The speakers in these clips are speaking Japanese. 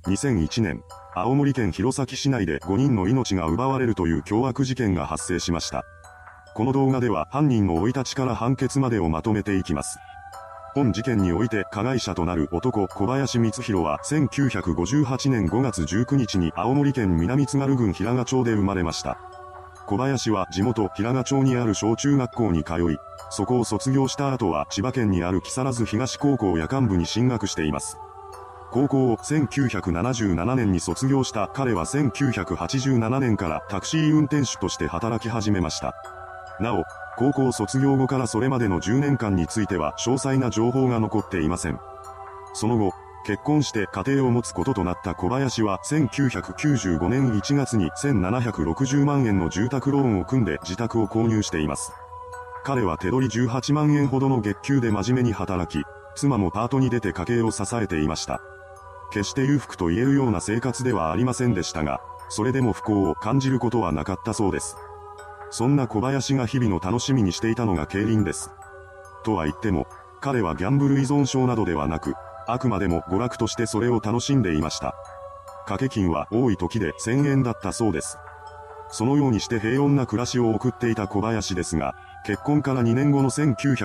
2001年、青森県弘前市内で5人の命が奪われるという凶悪事件が発生しました。この動画では犯人の生い立ちから判決までをまとめていきます。本事件において加害者となる男小林光弘は1958年5月19日に青森県南津軽郡平賀町で生まれました。小林は地元平賀町にある小中学校に通い、そこを卒業した後は千葉県にある木更津東高校夜間部に進学しています。高校を1977年に卒業した彼は1987年からタクシー運転手として働き始めました。なお、高校卒業後からそれまでの10年間については詳細な情報が残っていません。その後、結婚して家庭を持つこととなった小林は1995年1月に1760万円の住宅ローンを組んで自宅を購入しています。彼は手取り18万円ほどの月給で真面目に働き、妻もパートに出て家計を支えていました。決して裕福と言えるような生活ではありませんでしたが、それでも不幸を感じることはなかったそうです。そんな小林が日々の楽しみにしていたのが競輪です。とは言っても、彼はギャンブル依存症などではなく、あくまでも娯楽としてそれを楽しんでいました。掛け金は多い時で1000円だったそうです。そのようにして平穏な暮らしを送っていた小林ですが、結婚から2年後の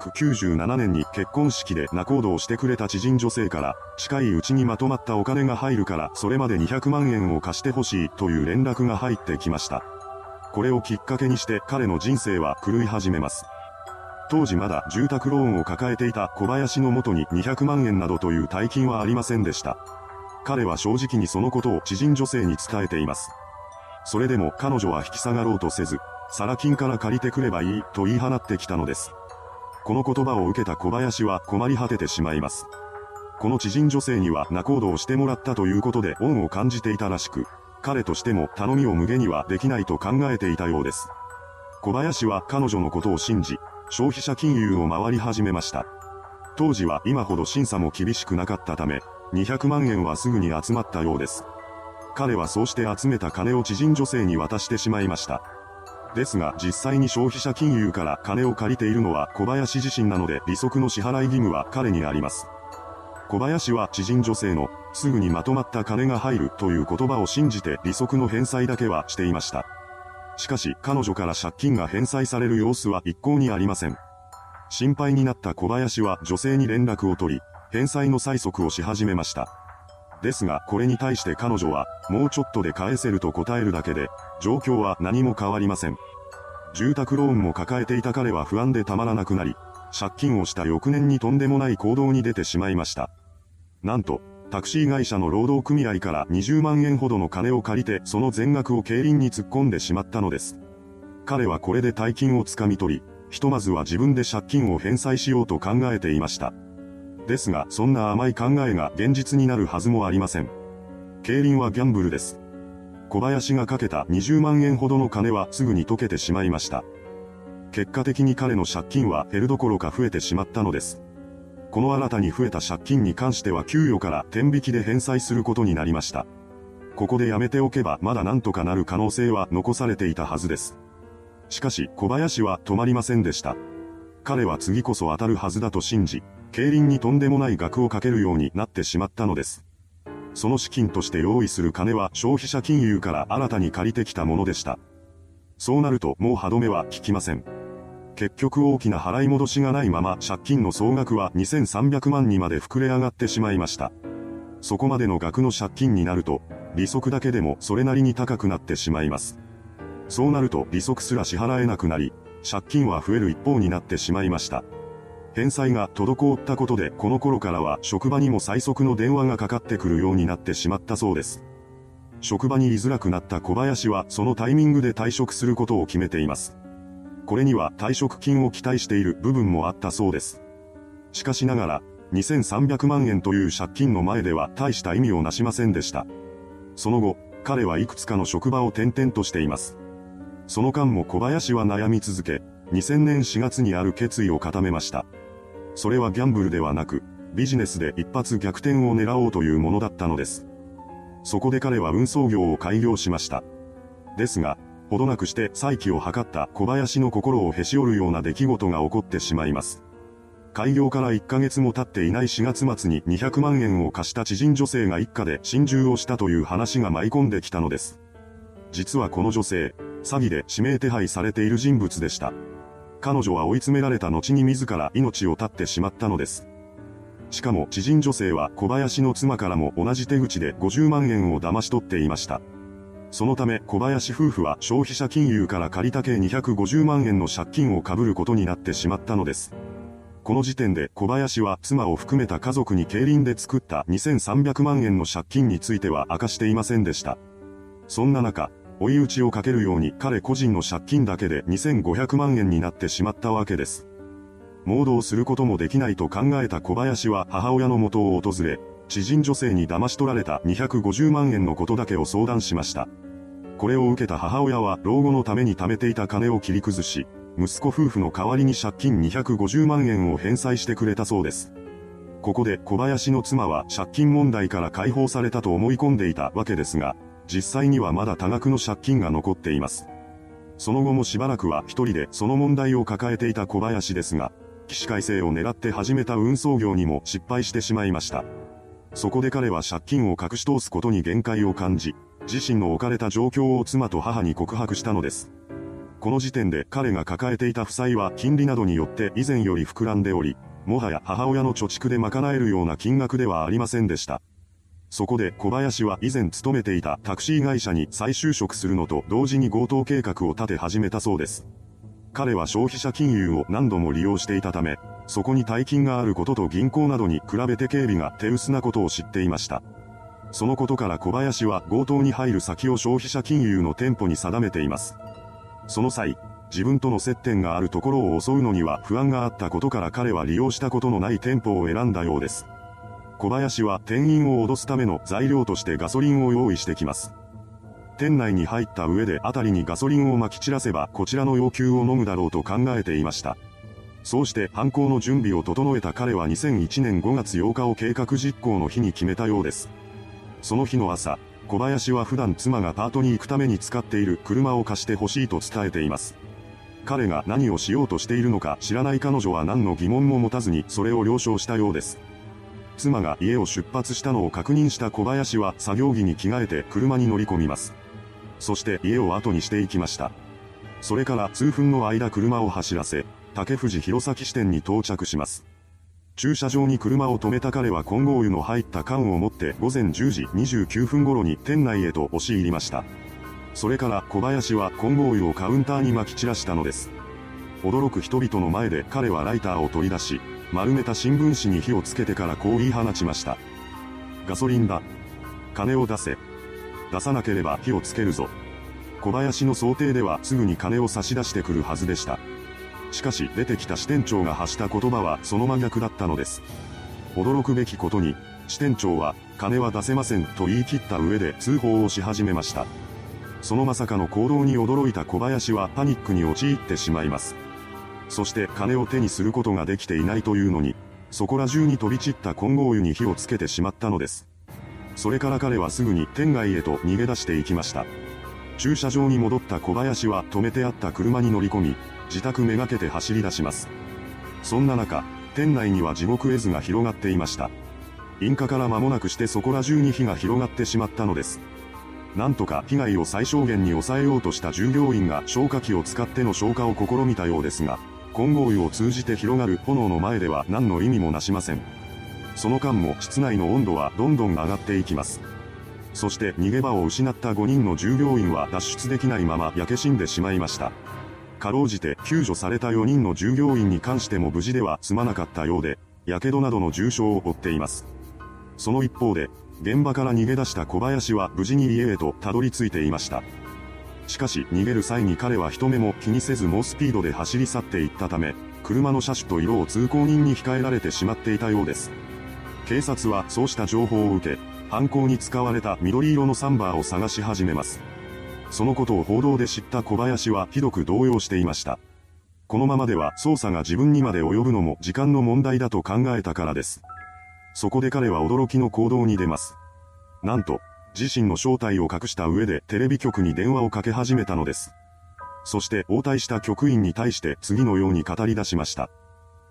1997年に結婚式で仲人をしてくれた知人女性から、近いうちにまとまったお金が入るからそれまで200万円を貸してほしいという連絡が入ってきました。これをきっかけにして彼の人生は狂い始めます。当時まだ住宅ローンを抱えていた小林の元に200万円などという大金はありませんでした。彼は正直にそのことを知人女性に伝えています。それでも彼女は引き下がろうとせず、サラ金から借りてくればいいと言い放ってきたのです。この言葉を受けた小林は困り果ててしまいます。この知人女性には仲人をしてもらったということで恩を感じていたらしく、彼としても頼みを無限にはできないと考えていたようです。小林は彼女のことを信じ、消費者金融を回り始めました。当時は今ほど審査も厳しくなかったため、200万円はすぐに集まったようです。彼はそうして集めた金を知人女性に渡してしまいました。ですが実際に消費者金融から金を借りているのは小林自身なので利息の支払い義務は彼にあります。小林は知人女性のすぐにまとまった金が入るという言葉を信じて利息の返済だけはしていました。しかし彼女から借金が返済される様子は一向にありません。心配になった小林は女性に連絡を取り、返済の催促をし始めました。ですがこれに対して彼女は、もうちょっとで返せると答えるだけで、状況は何も変わりません。住宅ローンも抱えていた彼は不安でたまらなくなり、借金をした翌年にとんでもない行動に出てしまいました。なんと、タクシー会社の労働組合から20万円ほどの金を借りてその全額を競輪に突っ込んでしまったのです。彼はこれで大金をつかみ取り、ひとまずは自分で借金を返済しようと考えていました。ですがそんな甘い考えが現実になるはずもありません。競輪はギャンブルです。小林がかけた20万円ほどの金はすぐに溶けてしまいました。結果的に彼の借金は減るどころか増えてしまったのです。この新たに増えた借金に関しては給与から天引きで返済することになりました。ここでやめておけばまだなんとかなる可能性は残されていたはずです。しかし小林は止まりませんでした。彼は次こそ当たるはずだと信じ、競輪にとんでもない額をかけるようになってしまったのです。その資金として用意する金は消費者金融から新たに借りてきたものでした。そうなるともう歯止めは効きません。結局大きな払い戻しがないまま借金の総額は2300万にまで膨れ上がってしまいました。そこまでの額の借金になると、利息だけでもそれなりに高くなってしまいます。そうなると利息すら支払えなくなり、借金は増える一方になってしまいました。返済が滞ったことでこの頃からは職場にも催促の電話がかかってくるようになってしまったそうです。職場に居づらくなった小林はそのタイミングで退職することを決めています。これには退職金を期待している部分もあったそうです。しかしながら、2300万円という借金の前では大した意味をなしませんでした。その後、彼はいくつかの職場を転々としています。その間も小林は悩み続け、2000年4月にある決意を固めました。それはギャンブルではなく、ビジネスで一発逆転を狙おうというものだったのです。そこで彼は運送業を開業しました。ですが、ほどなくして再起を図った小林の心をへし折るような出来事が起こってしまいます。 開業から1ヶ月も経っていない4月末に200万円を貸した知人女性が一家で心中をしたという話が舞い込んできたのです。実はこの女性、詐欺で指名手配されている人物でした。彼女は追い詰められた後に自ら命を絶ってしまったのです。しかも知人女性は小林の妻からも同じ手口で50万円を騙し取っていました。そのため小林夫婦は消費者金融から借りた計250万円の借金を被ることになってしまったのです。この時点で小林は妻を含めた家族に競輪で作った2300万円の借金については明かしていませんでした。そんな中、追い打ちをかけるように彼個人の借金だけで2500万円になってしまったわけです。盲導することもできないと考えた小林は母親の元を訪れ、知人女性に騙し取られた250万円のことだけを相談しました。これを受けた母親は老後のために貯めていた金を切り崩し、息子夫婦の代わりに借金250万円を返済してくれたそうです。ここで小林の妻は借金問題から解放されたと思い込んでいたわけですが、実際にはまだ多額の借金が残っています。その後もしばらくは一人でその問題を抱えていた小林ですが、起死回生を狙って始めた運送業にも失敗してしまいました。そこで彼は借金を隠し通すことに限界を感じ、自身の置かれた状況を妻と母に告白したのです。この時点で彼が抱えていた負債は金利などによって以前より膨らんでおり、もはや母親の貯蓄で賄えるような金額ではありませんでした。そこで小林は以前勤めていたタクシー会社に再就職するのと同時に強盗計画を立て始めたそうです。彼は消費者金融を何度も利用していたため、そこに大金があることと銀行などに比べて警備が手薄なことを知っていました。そのことから小林は強盗に入る先を消費者金融の店舗に定めています。その際、自分との接点があるところを襲うのには不安があったことから彼は利用したことのない店舗を選んだようです。小林は店員を脅すための材料としてガソリンを用意してきます。店内に入った上で辺りにガソリンをまき散らせばこちらの要求を飲むだろうと考えていました。そうして犯行の準備を整えた彼は2001年5月8日を計画実行の日に決めたようです。その日の朝、小林は普段妻がパートに行くために使っている車を貸してほしいと伝えています。彼が何をしようとしているのか知らない彼女は何の疑問も持たずにそれを了承したようです。妻が家を出発したのを確認した小林は作業着に着替えて車に乗り込みます。そして家を後にしていきました。それから数分の間車を走らせ、竹藤弘前支店に到着します。駐車場に車を止めた彼は混合油の入った缶を持って午前10時29分頃に店内へと押し入りました。それから小林は混合油をカウンターに撒き散らしたのです。驚く人々の前で彼はライターを取り出し、丸めた新聞紙に火をつけてからこう言い放ちました。ガソリンだ。金を出せ。出さなければ火をつけるぞ。小林の想定ではすぐに金を差し出してくるはずでした。しかし出てきた支店長が発した言葉はその真逆だったのです。驚くべきことに、支店長は、金は出せませんと言い切った上で通報をし始めました。そのまさかの行動に驚いた小林はパニックに陥ってしまいます。そして金を手にすることができていないというのに、そこら中に飛び散った混合油に火をつけてしまったのです。それから彼はすぐに店外へと逃げ出していきました。駐車場に戻った小林は止めてあった車に乗り込み、自宅めがけて走り出します。そんな中、店内には地獄絵図が広がっていました。引火から間もなくしてそこら中に火が広がってしまったのです。なんとか被害を最小限に抑えようとした従業員が消火器を使っての消火を試みたようですが、混合油を通じて広がる炎の前では何の意味もなしません。その間も室内の温度はどんどん上がっていきます。そして逃げ場を失った5人の従業員は脱出できないまま焼け死んでしまいました。かろうじて救助された4人の従業員に関しても無事では済まなかったようで、火傷などの重傷を負っています。その一方で、現場から逃げ出した小林は無事に家へとたどり着いていました。しかし逃げる際に彼は人目も気にせず猛スピードで走り去っていったため、車の車種と色を通行人に控えられてしまっていたようです。警察はそうした情報を受け、犯行に使われた緑色のサンバーを探し始めます。そのことを報道で知った小林はひどく動揺していました。このままでは捜査が自分にまで及ぶのも時間の問題だと考えたからです。そこで彼は驚きの行動に出ます。なんと、自身の正体を隠した上でテレビ局に電話をかけ始めたのです。そして応対した局員に対して次のように語り出しました。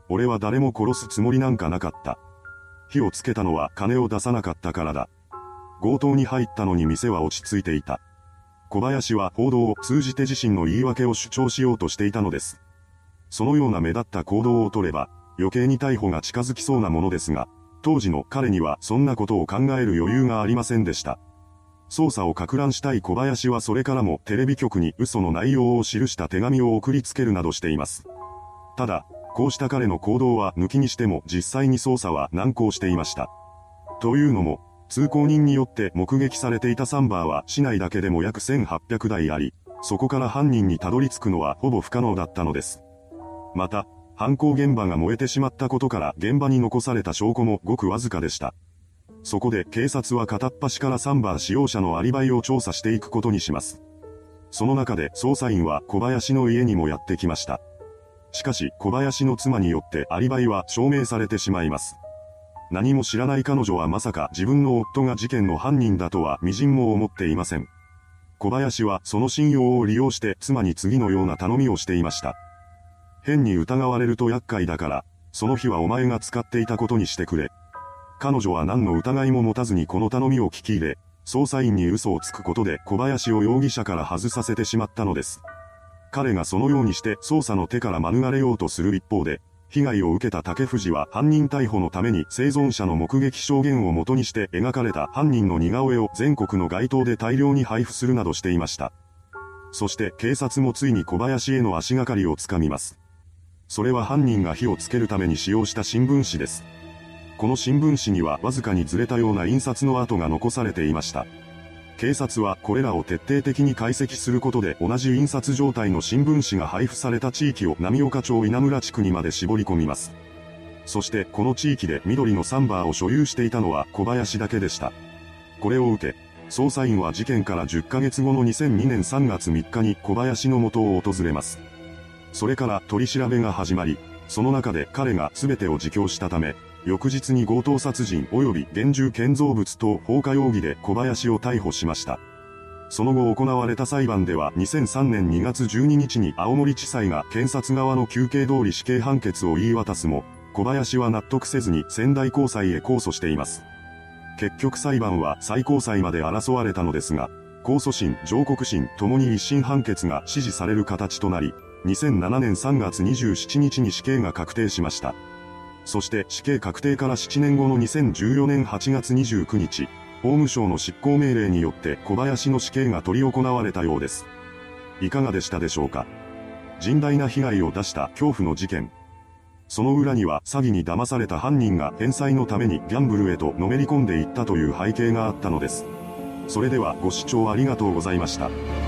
俺は誰も殺すつもりなんかなかった。火をつけたのは金を出さなかったからだ。強盗に入ったのに店は落ち着いていた。小林は報道を通じて自身の言い訳を主張しようとしていたのです。そのような目立った行動を取れば、余計に逮捕が近づきそうなものですが、当時の彼にはそんなことを考える余裕がありませんでした。捜査を攪乱したい小林はそれからもテレビ局に嘘の内容を記した手紙を送りつけるなどしています。ただ、こうした彼の行動は抜きにしても実際に捜査は難航していました。というのも、通行人によって目撃されていたサンバーは市内だけでも約1800台あり、そこから犯人にたどり着くのはほぼ不可能だったのです。また、犯行現場が燃えてしまったことから現場に残された証拠もごくわずかでした。そこで警察は片っ端からサンバー使用者のアリバイを調査していくことにします。その中で捜査員は小林の家にもやってきました。しかし小林の妻によってアリバイは証明されてしまいます。何も知らない彼女はまさか自分の夫が事件の犯人だとは微塵も思っていません。小林はその信用を利用して妻に次のような頼みをしていました。変に疑われると厄介だから、その日はお前が使っていたことにしてくれ。彼女は何の疑いも持たずにこの頼みを聞き入れ、捜査員に嘘をつくことで小林を容疑者から外させてしまったのです。彼がそのようにして捜査の手から免れようとする一方で、被害を受けた竹藤は犯人逮捕のために生存者の目撃証言を元にして描かれた犯人の似顔絵を全国の街頭で大量に配布するなどしていました。そして警察もついに小林への足がかりをつかみます。それは犯人が火をつけるために使用した新聞紙です。この新聞紙にはわずかにずれたような印刷の跡が残されていました。警察はこれらを徹底的に解析することで同じ印刷状態の新聞紙が配布された地域を浪岡町稲村地区にまで絞り込みます。そしてこの地域で緑のサンバーを所有していたのは小林だけでした。これを受け、捜査員は事件から10ヶ月後の2002年3月3日に小林の元を訪れます。それから取り調べが始まり、その中で彼が全てを自供したため、翌日に強盗殺人及び現住建造物等放火容疑で小林を逮捕しました。その後行われた裁判では2003年2月12日に青森地裁が検察側の求刑通り死刑判決を言い渡すも、小林は納得せずに仙台高裁へ控訴しています。結局裁判は最高裁まで争われたのですが、控訴審、上告審ともに一審判決が支持される形となり、2007年3月27日に死刑が確定しました。そして死刑確定から7年後の2014年8月29日、法務省の執行命令によって小林の死刑が執り行われたようです。いかがでしたでしょうか。甚大な被害を出した恐怖の事件。その裏には詐欺に騙された犯人が返済のためにギャンブルへとのめり込んでいったという背景があったのです。それではご視聴ありがとうございました。